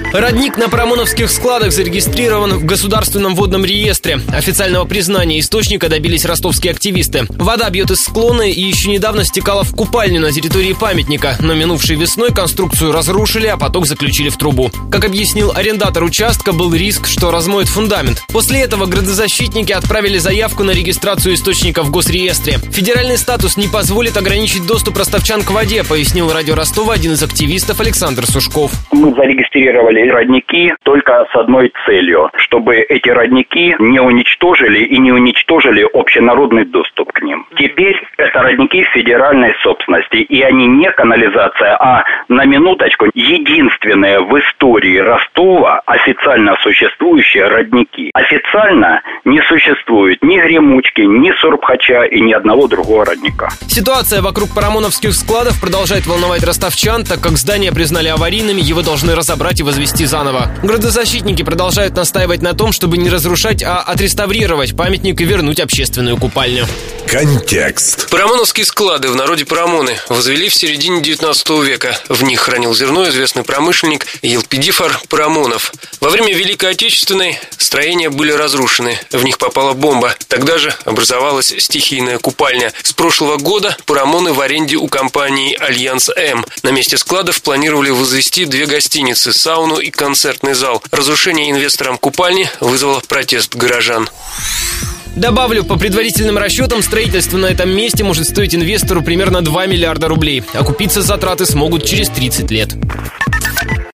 Родник на парамоновских складах зарегистрирован в Государственном водном реестре. Официального признания источника добились ростовские активисты. Вода бьет из склона и еще недавно стекала в купальню на территории памятника, но минувшей весной конструкцию разрушили, а поток заключили в трубу. Как объяснил арендатор участка, был риск, что размоет фундамент. После этого градозащитники отправили заявку на регистрацию источника в госреестре. Федеральный статус не позволит ограничить доступ ростовчан к воде, пояснил радио Ростова один из активистов Александр Сушков. Мы зарегистрировали родники только с одной целью, чтобы эти родники не уничтожили и не уничтожили общенародный доступ к ним. Теперь это родники федеральной собственности, и они не канализация, а, на минуточку, единственные в истории Ростова официально существующие родники. Официально не существует ни Гремучки, ни Сурбхача и ни одного другого родника. Ситуация вокруг парамоновских складов продолжает волновать ростовчан, так как здания признали аварийными, его должны разобрать и возвести заново. Градозащитники продолжают настаивать на том, чтобы не разрушать, а отреставрировать памятник и вернуть общественную купальню. Контекст. Парамоновские склады, в народе парамоны, возвели в середине 19 века. В них хранил зерно известный промышленник Елпидифор Парамонов. Во время Великой Отечественной строения были разрушены. В них попала бомба. Тогда же образовалась стихийная купальня. С прошлого года парамоны в аренде у компании «Альянс М». На месте складов планировали возвести 2 гостиницы, сауну и концертный зал. Разрушение инвесторам купальни вызвало протест горожан. Добавлю, по предварительным расчетам, строительство на этом месте может стоить инвестору примерно 2 миллиарда рублей. Окупиться затраты смогут через 30 лет.